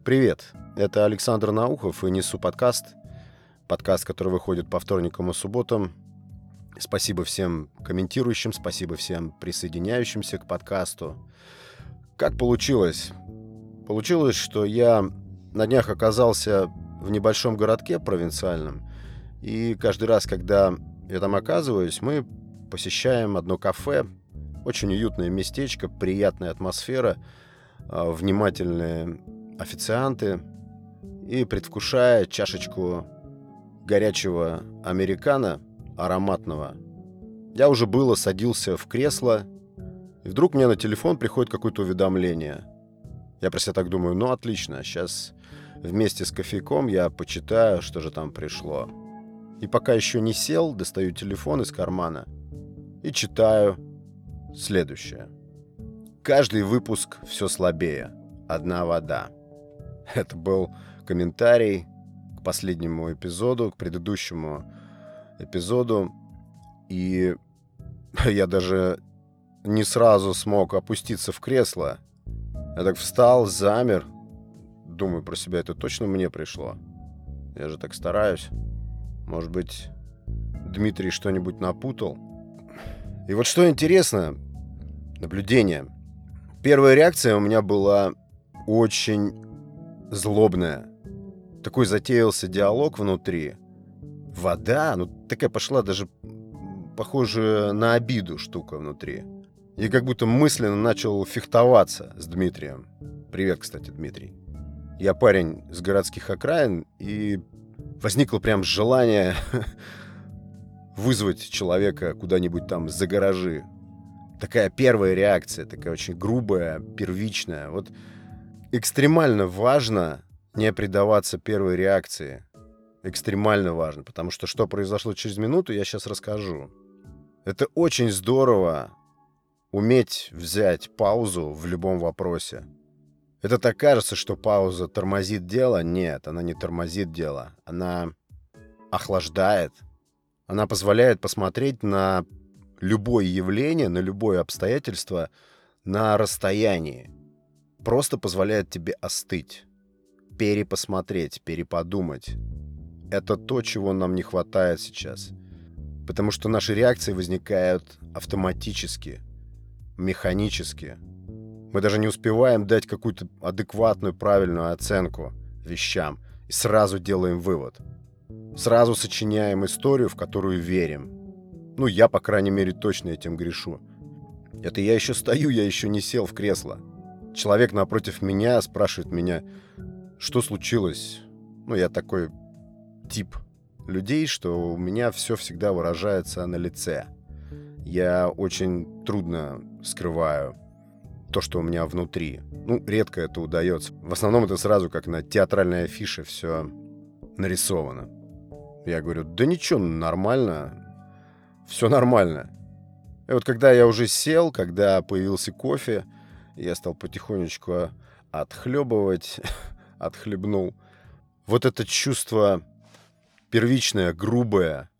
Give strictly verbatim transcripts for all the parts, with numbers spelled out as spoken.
Привет, это Александр Наухов и несу подкаст. Подкаст, который выходит по вторникам и субботам. Спасибо всем комментирующим, спасибо всем присоединяющимся к подкасту. Как получилось? Получилось, что я на днях оказался в небольшом городке провинциальном, и каждый раз, когда я там оказываюсь, мы посещаем одно кафе, очень уютное местечко, приятная атмосфера, внимательные официанты, и, предвкушая чашечку горячего американо ароматного, я уже было садился в кресло, и вдруг мне на телефон приходит какое-то уведомление. Я про себя так думаю, ну отлично, сейчас вместе с кофейком я почитаю, что же там пришло. И пока еще не сел, достаю телефон из кармана и читаю следующее. Каждый выпуск все слабее. Одна вода. Это был комментарий к последнему эпизоду, к предыдущему эпизоду. И я даже не сразу смог опуститься в кресло. Я так встал, замер. Думаю про себя, это точно мне пришло? Я же так стараюсь. Может быть, Дмитрий что-нибудь напутал? И вот что интересно, наблюдение. Первая реакция у меня была очень злобная. Такой затеялся диалог внутри. Вода, ну такая пошла даже похожая на обиду штука внутри. И как будто мысленно начал фехтоваться с Дмитрием. Привет, кстати, Дмитрий. Я парень с городских окраин, и возникло прям желание вызвать человека куда-нибудь там за гаражи. Такая первая реакция, такая очень грубая, первичная. Вот экстремально важно не предаваться первой реакции. Экстремально важно, потому что что произошло через минуту, я сейчас расскажу. Это очень здорово уметь взять паузу в любом вопросе. Это так кажется, что пауза тормозит дело. Нет, она не тормозит дело. Она охлаждает. Она позволяет посмотреть на любое явление, на любое обстоятельство на расстоянии. Просто позволяет тебе остыть, перепосмотреть, переподумать. Это то, чего нам не хватает сейчас. Потому что наши реакции возникают автоматически, механически. Мы даже не успеваем дать какую-то адекватную, правильную оценку вещам и сразу делаем вывод. Сразу сочиняем историю, в которую верим. Ну, я, по крайней мере, точно этим грешу. Это я еще стою, я еще не сел в кресло. Человек напротив меня спрашивает меня, что случилось. Ну, я такой тип людей, что у меня все всегда выражается на лице. Я очень трудно скрываю то, что у меня внутри. Ну, редко это удается. В основном это сразу как на театральной афише все нарисовано. Я говорю, да ничего, нормально. Все нормально. И вот когда я уже сел, когда появился кофе, я стал потихонечку отхлебывать, отхлебнул. Вот это чувство первичная, грубая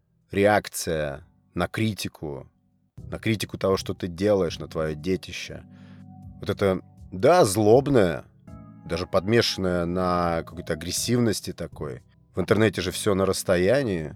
реакция на критику, на критику того, что ты делаешь, на твое детище. Вот это, да, злобное, даже подмешанное на какой-то агрессивности такой. В интернете же все на расстоянии.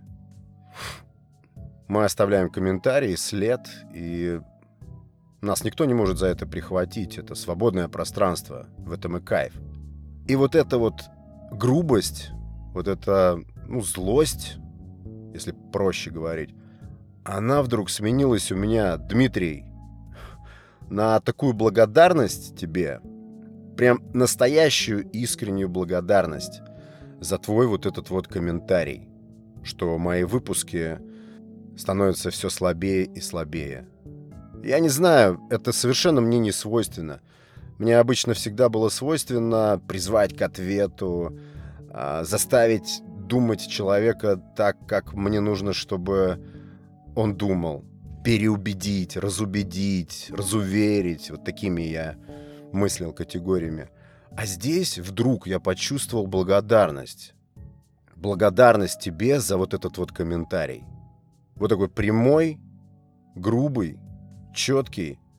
Мы оставляем комментарии, след, и нас никто не может за это прихватить. Это свободное пространство, в этом и кайф. И вот эта вот грубость, вот эта, ну, злость, если проще говорить, она вдруг сменилась у меня, Дмитрий, на такую благодарность тебе, прям настоящую искреннюю благодарность за твой вот этот вот комментарий, что мои выпуски становятся все слабее и слабее. Я не знаю, это совершенно мне не свойственно. Мне обычно всегда было свойственно призвать к ответу, заставить думать человека так, как мне нужно, чтобы он думал. Переубедить, разубедить, разуверить. Вот такими я мыслил категориями. А здесь вдруг я почувствовал благодарность. Благодарность тебе за вот этот вот комментарий. Вот такой прямой, грубый, четкий.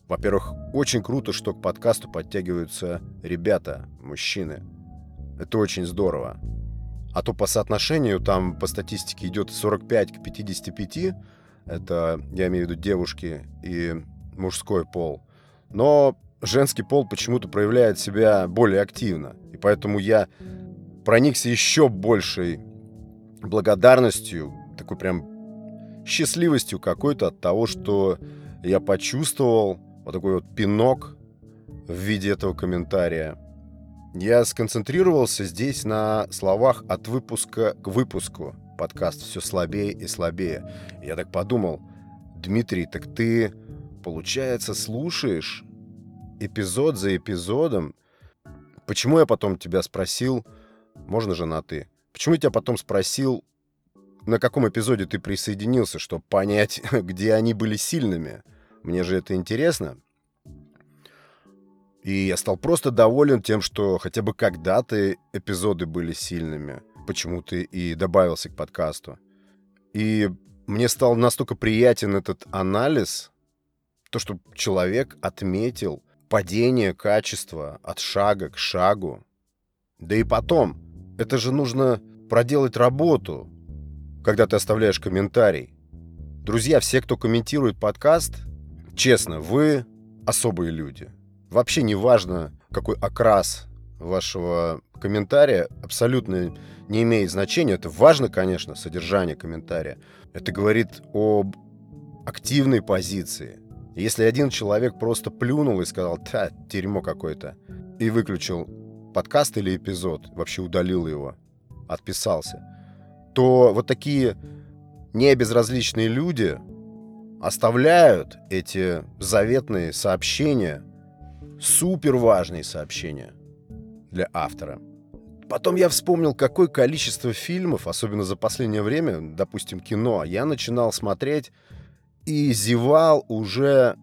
Во-первых, очень круто, что к подкасту подтягиваются ребята, мужчины. Это очень здорово. А то по соотношению там по статистике идет сорок пять к пятидесяти пяти. Это, я имею в виду, девушки и мужской пол. Но женский пол почему-то проявляет себя более активно. И поэтому я проникся еще большей благодарностью, такой прям счастливостью какой-то от того, что я почувствовал вот такой вот пинок в виде этого комментария. Я сконцентрировался здесь на словах «от выпуска к выпуску». Подкаст все слабее и слабее. Я так подумал: Дмитрий, так ты, получается, слушаешь эпизод за эпизодом. Почему я потом тебя спросил, можно же на «ты», почему я тебя потом спросил, на каком эпизоде ты присоединился, чтобы понять, где они были сильными? Мне же это интересно. И я стал просто доволен тем, что хотя бы когда-то эпизоды были сильными. Почему ты и добавился к подкасту. И мне стал настолько приятен этот анализ, то, что человек отметил падение качества от шага к шагу. Да и потом, это же нужно проделать работу, когда ты оставляешь комментарий. Друзья, все, кто комментирует подкаст, честно, вы особые люди. Вообще не важно, какой окрас вашего комментария, абсолютно не имеет значения. Это важно, конечно, содержание комментария. Это говорит об активной позиции. Если один человек просто плюнул и сказал: «Та, дерьмо какое-то», и выключил подкаст или эпизод, вообще удалил его, отписался, то вот такие небезразличные люди оставляют эти заветные сообщения, супер важные сообщения для автора. Потом я вспомнил, какое количество фильмов, особенно за последнее время, допустим, кино, я начинал смотреть и зевал уже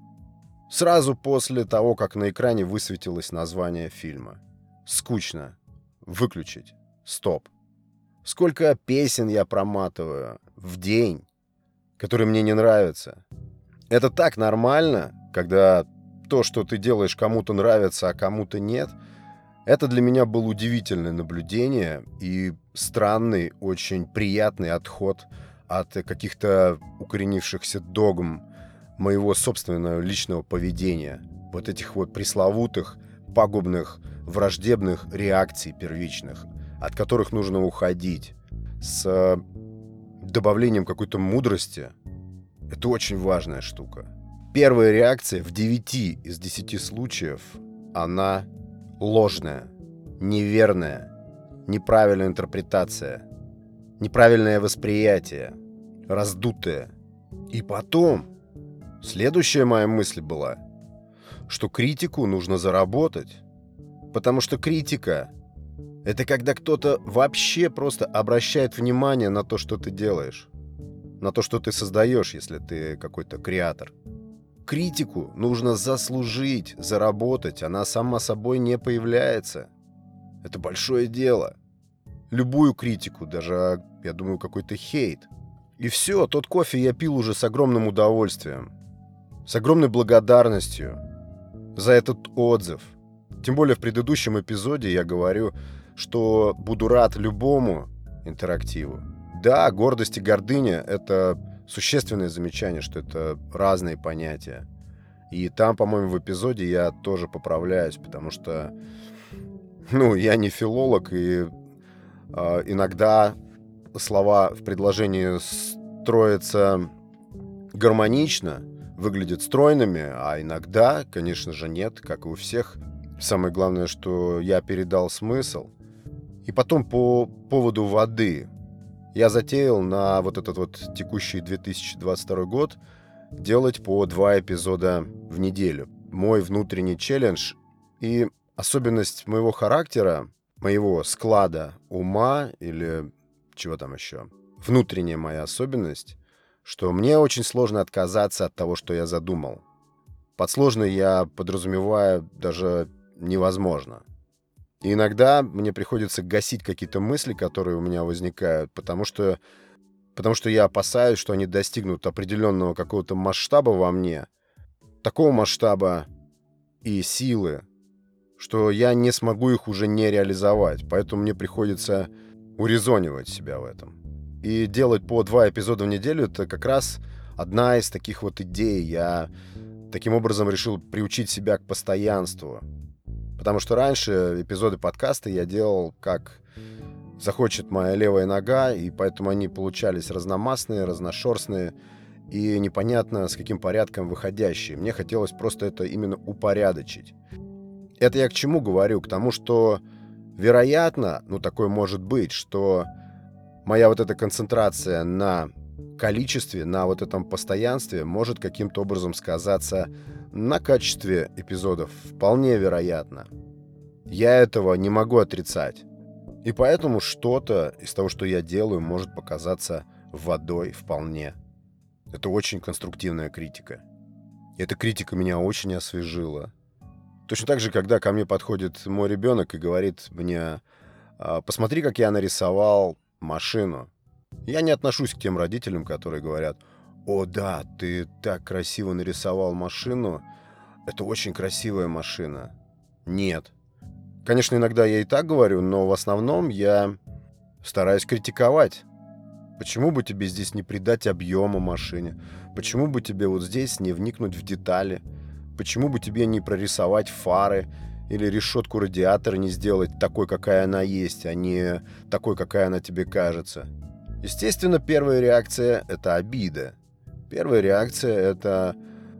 сразу после того, как на экране высветилось название фильма. Скучно. Выключить. Стоп. Сколько песен я проматываю в день, которые мне не нравятся. Это так нормально, когда то, что ты делаешь, кому-то нравится, а кому-то нет. Это для меня было удивительное наблюдение и странный, очень приятный отход от каких-то укоренившихся догм моего собственного личного поведения. Вот этих вот пресловутых, пагубных, враждебных реакций первичных, от которых нужно уходить с добавлением какой-то мудрости. Это очень важная штука. Первая реакция в девяти из десяти случаев, она ложная, неверная, неправильная интерпретация, неправильное восприятие, раздутое. И потом, следующая моя мысль была, что критику нужно заработать, потому что критика — это когда кто-то вообще просто обращает внимание на то, что ты делаешь, на то, что ты создаешь, если ты какой-то креатор. Критику нужно заслужить, заработать, она сама собой не появляется. Это большое дело. Любую критику, даже, я думаю, какой-то хейт. И все, тот кофе я пил уже с огромным удовольствием, с огромной благодарностью за этот отзыв. Тем более в предыдущем эпизоде я говорю, что буду рад любому интерактиву. Да, гордость и гордыня — это существенное замечание, что это разные понятия. И там, по-моему, в эпизоде я тоже поправляюсь, потому что, ну, я не филолог, и э, иногда слова в предложении строятся гармонично, выглядят стройными, а иногда, конечно же, нет, как и у всех. Самое главное, что я передал смысл. И потом по поводу воды. Я затеял на вот этот вот текущий две тысячи двадцать второй год делать по два эпизода в неделю. Мой внутренний челлендж и особенность моего характера, моего склада ума или чего там еще. Внутренняя моя особенность, что мне очень сложно отказаться от того, что я задумал. Под сложно я подразумеваю даже невозможно. И иногда мне приходится гасить какие-то мысли, которые у меня возникают, потому что, потому что я опасаюсь, что они достигнут определенного какого-то масштаба во мне, такого масштаба и силы, что я не смогу их уже не реализовать. Поэтому мне приходится урезонивать себя в этом. И делать по два эпизода в неделю — это как раз одна из таких вот идей. Я таким образом решил приучить себя к постоянству. Потому что раньше эпизоды подкаста я делал как захочет моя левая нога, и поэтому они получались разномастные, разношерстные и непонятно с каким порядком выходящие. Мне хотелось просто это именно упорядочить. Это я к чему говорю? К тому, что, вероятно, ну такое может быть, что моя вот эта концентрация на количестве, на вот этом постоянстве может каким-то образом сказаться на качестве эпизодов. Вполне вероятно. Я этого не могу отрицать. И поэтому что-то из того, что я делаю, может показаться водой вполне. Это очень конструктивная критика. И эта критика меня очень освежила. Точно так же, когда ко мне подходит мой ребенок и говорит мне: посмотри, как я нарисовал машину. Я не отношусь к тем родителям, которые говорят: о да, ты так красиво нарисовал машину, это очень красивая машина. Нет. Конечно, иногда я и так говорю, но в основном я стараюсь критиковать. Почему бы тебе здесь не придать объема машине? Почему бы тебе вот здесь не вникнуть в детали? Почему бы тебе не прорисовать фары или решетку радиатора не сделать такой, какая она есть, а не такой, какая она тебе кажется? Естественно, первая реакция — это обида. Первая реакция — это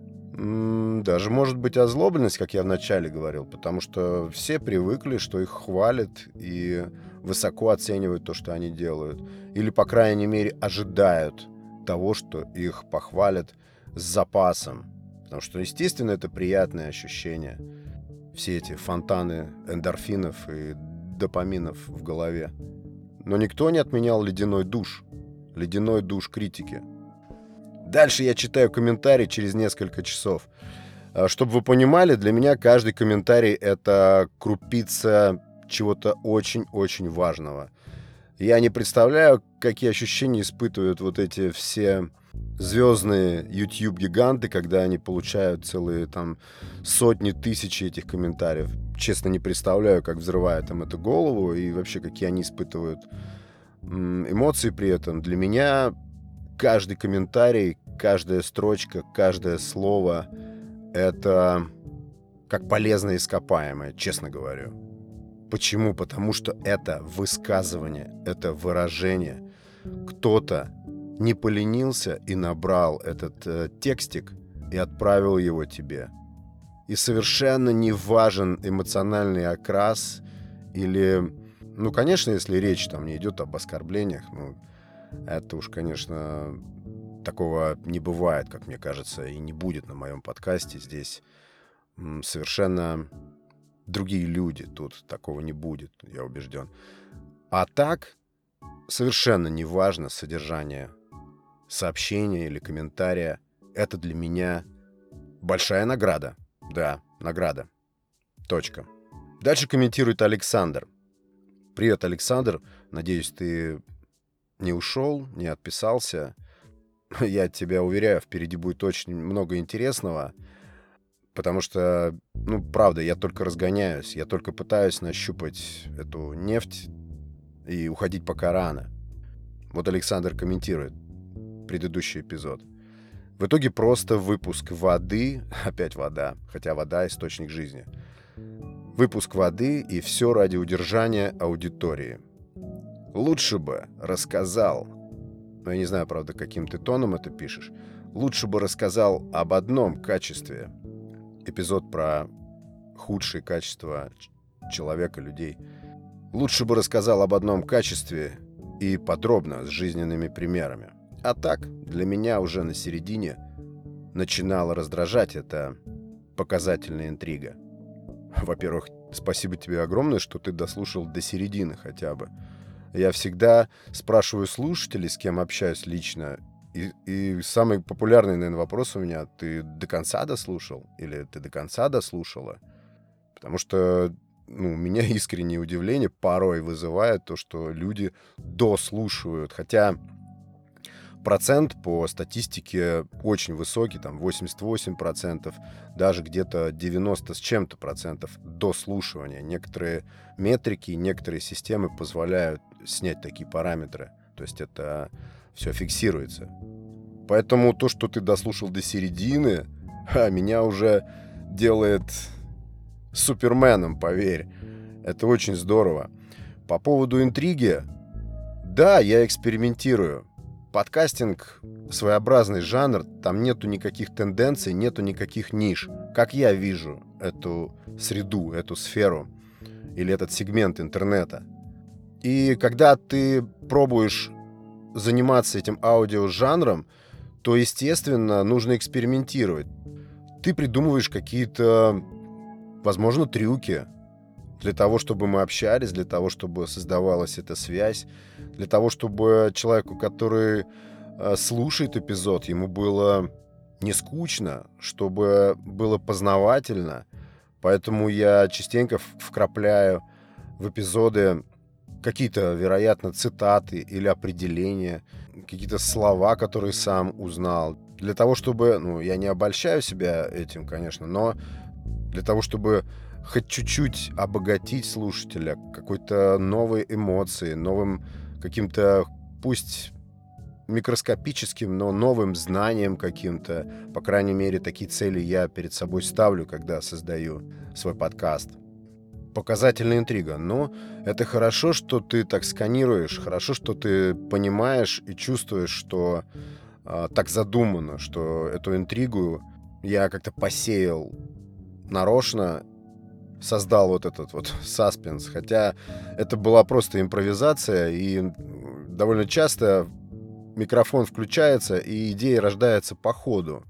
м- даже, может быть, озлобленность, как я вначале говорил, потому что все привыкли, что их хвалят и высоко оценивают то, что они делают. Или, по крайней мере, ожидают того, что их похвалят с запасом. Потому что, естественно, это приятное ощущение. Все эти фонтаны эндорфинов и допаминов в голове. Но никто не отменял ледяной душ. Ледяной душ критики. Дальше я читаю комментарии через несколько часов. Чтобы вы понимали, для меня каждый комментарий — это крупица чего-то очень-очень важного. Я не представляю, какие ощущения испытывают вот эти все звездные YouTube-гиганты, когда они получают целые там сотни тысяч этих комментариев. Честно, не представляю, как взрывает им это голову и вообще, какие они испытывают эмоции при этом. Для меня каждый комментарий, каждая строчка, каждое слово — это как полезное ископаемое, честно говорю. Почему? Потому что это высказывание, это выражение. Кто-то не поленился и набрал этот э, текстик и отправил его тебе. И совершенно не важен эмоциональный окрас или... Ну, конечно, если речь там не идет об оскорблениях, ну, это уж, конечно, такого не бывает, как мне кажется, и не будет на моем подкасте. Здесь м, совершенно другие люди, тут такого не будет, я убежден. А так, совершенно не важно содержание сообщения или комментария. Это для меня большая награда. Да, награда. Точка. Дальше комментирует Александр. Привет, Александр. Надеюсь, ты не ушел, не отписался. Я тебя уверяю, впереди будет очень много интересного. Потому что, ну, правда, я только разгоняюсь. Я только пытаюсь нащупать эту нефть и уходить пока рано. Вот Александр комментирует предыдущий эпизод. В итоге просто выпуск воды, опять вода, хотя вода — источник жизни. Выпуск воды, и все ради удержания аудитории. Лучше бы рассказал, ну, я не знаю, правда, каким ты тоном это пишешь, лучше бы рассказал об одном качестве. Эпизод про худшие качества человека, людей. Лучше бы рассказал об одном качестве и подробно, с жизненными примерами. А так, для меня уже на середине начинала раздражать эта показательная интрига. Во-первых, спасибо тебе огромное, что ты дослушал до середины хотя бы. Я всегда спрашиваю слушателей, с кем общаюсь лично, и, и самый популярный, наверное, вопрос у меня: ты до конца дослушал? Или ты до конца дослушала? Потому что, ну, у меня искреннее удивление порой вызывает то, что люди дослушивают. Хотя процент по статистике очень высокий, там восемьдесят восемь процентов, даже где-то девяносто с чем-то процентов дослушивания. Некоторые метрики, некоторые системы позволяют снять такие параметры. То есть это все фиксируется. Поэтому то, что ты дослушал до середины, ха, меня уже делает суперменом, поверь. Это очень здорово. По поводу интриги, да, я экспериментирую. Подкастинг — своеобразный жанр, там нету никаких тенденций, нету никаких ниш. Как я вижу эту среду, эту сферу или этот сегмент интернета. И когда ты пробуешь заниматься этим аудиожанром, то, естественно, нужно экспериментировать. Ты придумываешь какие-то, возможно, трюки для того, чтобы мы общались, для того, чтобы создавалась эта связь, для того, чтобы человеку, который э, слушает эпизод, ему было не скучно, чтобы было познавательно. Поэтому я частенько вкрапляю в эпизоды какие-то, вероятно, цитаты или определения, какие-то слова, которые сам узнал. Для того, чтобы, ну, я не обольщаю себя этим, конечно, но для того, чтобы хоть чуть-чуть обогатить слушателя какой-то новой эмоцией, новым каким-то, пусть микроскопическим, но новым знанием каким-то. По крайней мере, такие цели я перед собой ставлю, когда создаю свой подкаст. Показательная интрига. Но это хорошо, что ты так сканируешь, хорошо, что ты понимаешь и чувствуешь, что э, так задумано, что эту интригу я как-то посеял нарочно, создал вот этот вот саспенс. Хотя это была просто импровизация, и довольно часто микрофон включается, и идея рождается по ходу,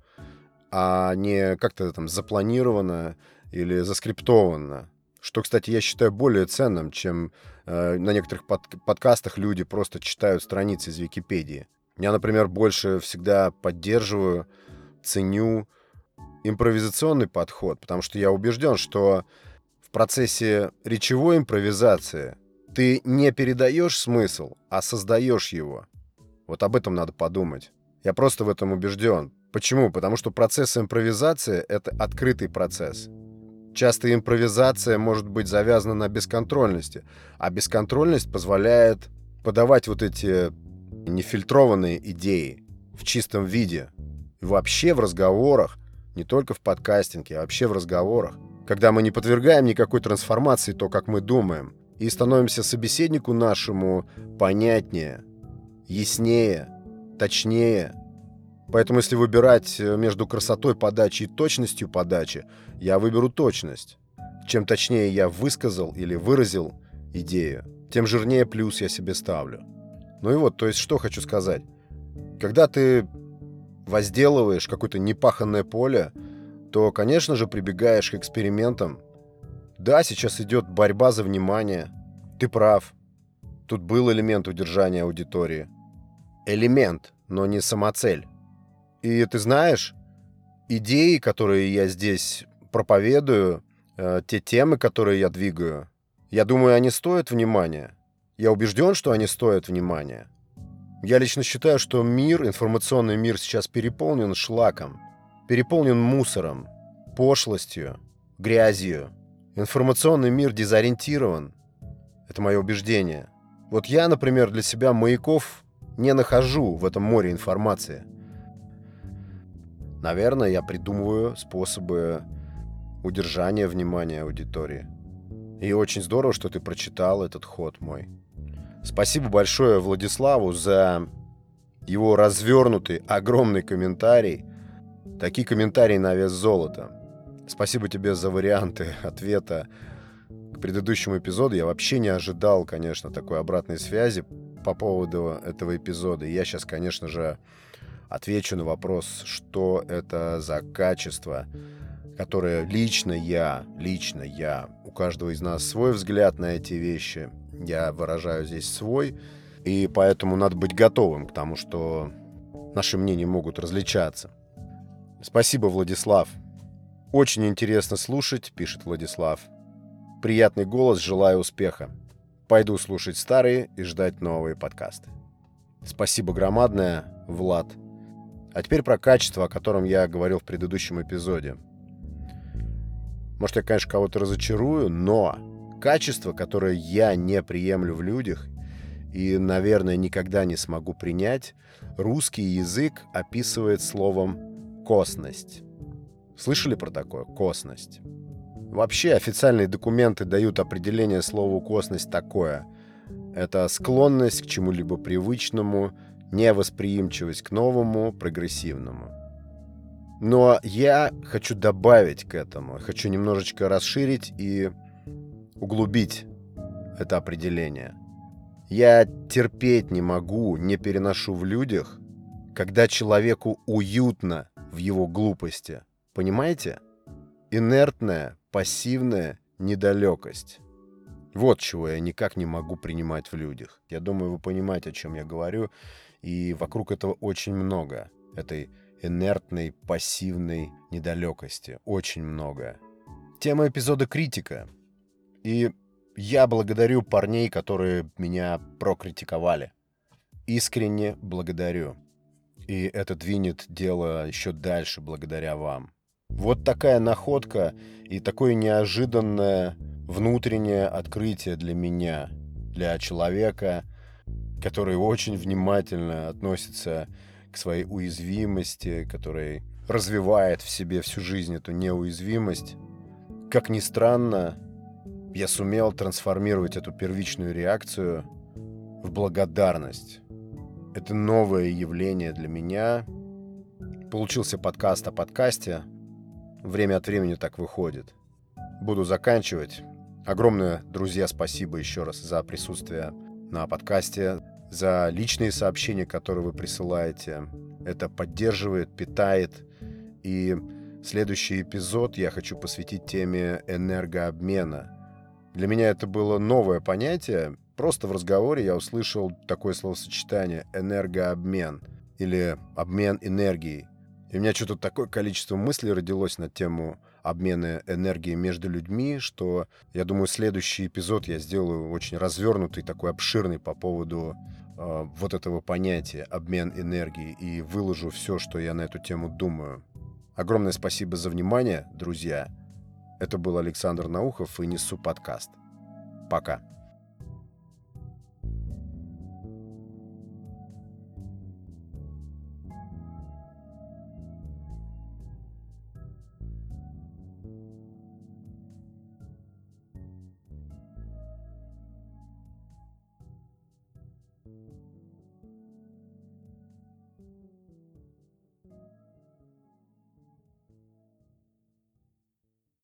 а не как-то там запланировано или заскриптовано. Что, кстати, я считаю более ценным, чем э, на некоторых под- подкастах люди просто читают страницы из Википедии. Я, например, больше всегда поддерживаю, ценю импровизационный подход, потому что я убежден, что в процессе речевой импровизации ты не передаешь смысл, а создаешь его. Вот об этом надо подумать. Я просто в этом убежден. Почему? Потому что процесс импровизации — это открытый процесс. Часто импровизация может быть завязана на бесконтрольности, а бесконтрольность позволяет подавать вот эти нефильтрованные идеи в чистом виде. И вообще в разговорах, не только в подкастинге, а вообще в разговорах, когда мы не подвергаем никакой трансформации то, как мы думаем, и становимся собеседнику нашему понятнее, яснее, точнее. Поэтому если выбирать между красотой подачи и точностью подачи, я выберу точность. Чем точнее я высказал или выразил идею, тем жирнее плюс я себе ставлю. Ну и вот, то есть что хочу сказать. Когда ты возделываешь какое-то непаханное поле, то, конечно же, прибегаешь к экспериментам. Да, сейчас идет борьба за внимание. Ты прав. Тут был элемент удержания аудитории. Элемент, но не самоцель. И ты знаешь, идеи, которые я здесь проповедую, э, те темы, которые я двигаю, я думаю, они стоят внимания. Я убежден, что они стоят внимания. Я лично считаю, что мир, информационный мир сейчас переполнен шлаком, переполнен мусором, пошлостью, грязью. Информационный мир дезориентирован. Это мое убеждение. Вот я, например, для себя маяков не нахожу в этом море информации. Наверное, я придумываю способы удержания внимания аудитории. И очень здорово, что ты прочитал этот ход мой. Спасибо большое Владиславу за его развернутый, огромный комментарий. Такие комментарии на вес золота. Спасибо тебе за варианты ответа к предыдущему эпизоду. Я вообще не ожидал, конечно, такой обратной связи по поводу этого эпизода. И я сейчас, конечно же, отвечу на вопрос, что это за качество, которое лично я, лично я, у каждого из нас свой взгляд на эти вещи. Я выражаю здесь свой, и поэтому надо быть готовым к тому, что наши мнения могут различаться. Спасибо, Владислав. Очень интересно слушать, пишет Владислав. Приятный голос, желаю успеха. Пойду слушать старые и ждать новые подкасты. Спасибо громадное, Влад. А теперь про качество, о котором я говорил в предыдущем эпизоде. Может, я, конечно, кого-то разочарую, но качество, которое я не приемлю в людях и, наверное, никогда не смогу принять, русский язык описывает словом «косность». Слышали про такое? Косность. Вообще официальные документы дают определение слову «косность» такое. Это склонность к чему-либо привычному, невосприимчивость к новому, прогрессивному. Но я хочу добавить к этому, хочу немножечко расширить и углубить это определение. Я терпеть не могу, не переношу в людях, когда человеку уютно в его глупости. Понимаете? Инертная, пассивная недалекость. Вот чего я никак не могу принимать в людях. Я думаю, вы понимаете, о чем я говорю. И вокруг этого очень много. Этой инертной, пассивной недалекости. Очень много. Тема эпизода — критика. И я благодарю парней, которые меня прокритиковали. Искренне благодарю. И это двинет дело еще дальше благодаря вам. Вот такая находка и такое неожиданное внутреннее открытие для меня, для человека, который очень внимательно относится к своей уязвимости, который развивает в себе всю жизнь эту неуязвимость. Как ни странно, я сумел трансформировать эту первичную реакцию в благодарность. Это новое явление для меня. Получился подкаст о подкасте. Время от времени так выходит. Буду заканчивать. Огромное, друзья, спасибо еще раз за присутствие на подкасте, за личные сообщения, которые вы присылаете. Это поддерживает, питает. И следующий эпизод я хочу посвятить теме энергообмена. Для меня это было новое понятие. Просто в разговоре я услышал такое словосочетание «энергообмен» или «обмен энергией». И у меня что-то такое количество мыслей родилось на тему обмена энергией между людьми, что, я думаю, следующий эпизод я сделаю очень развернутый, такой обширный по поводу э, вот этого понятия «обмен энергией» и выложу все, что я на эту тему думаю. Огромное спасибо за внимание, друзья. Это был Александр Наухов и Несу подкаст. Пока.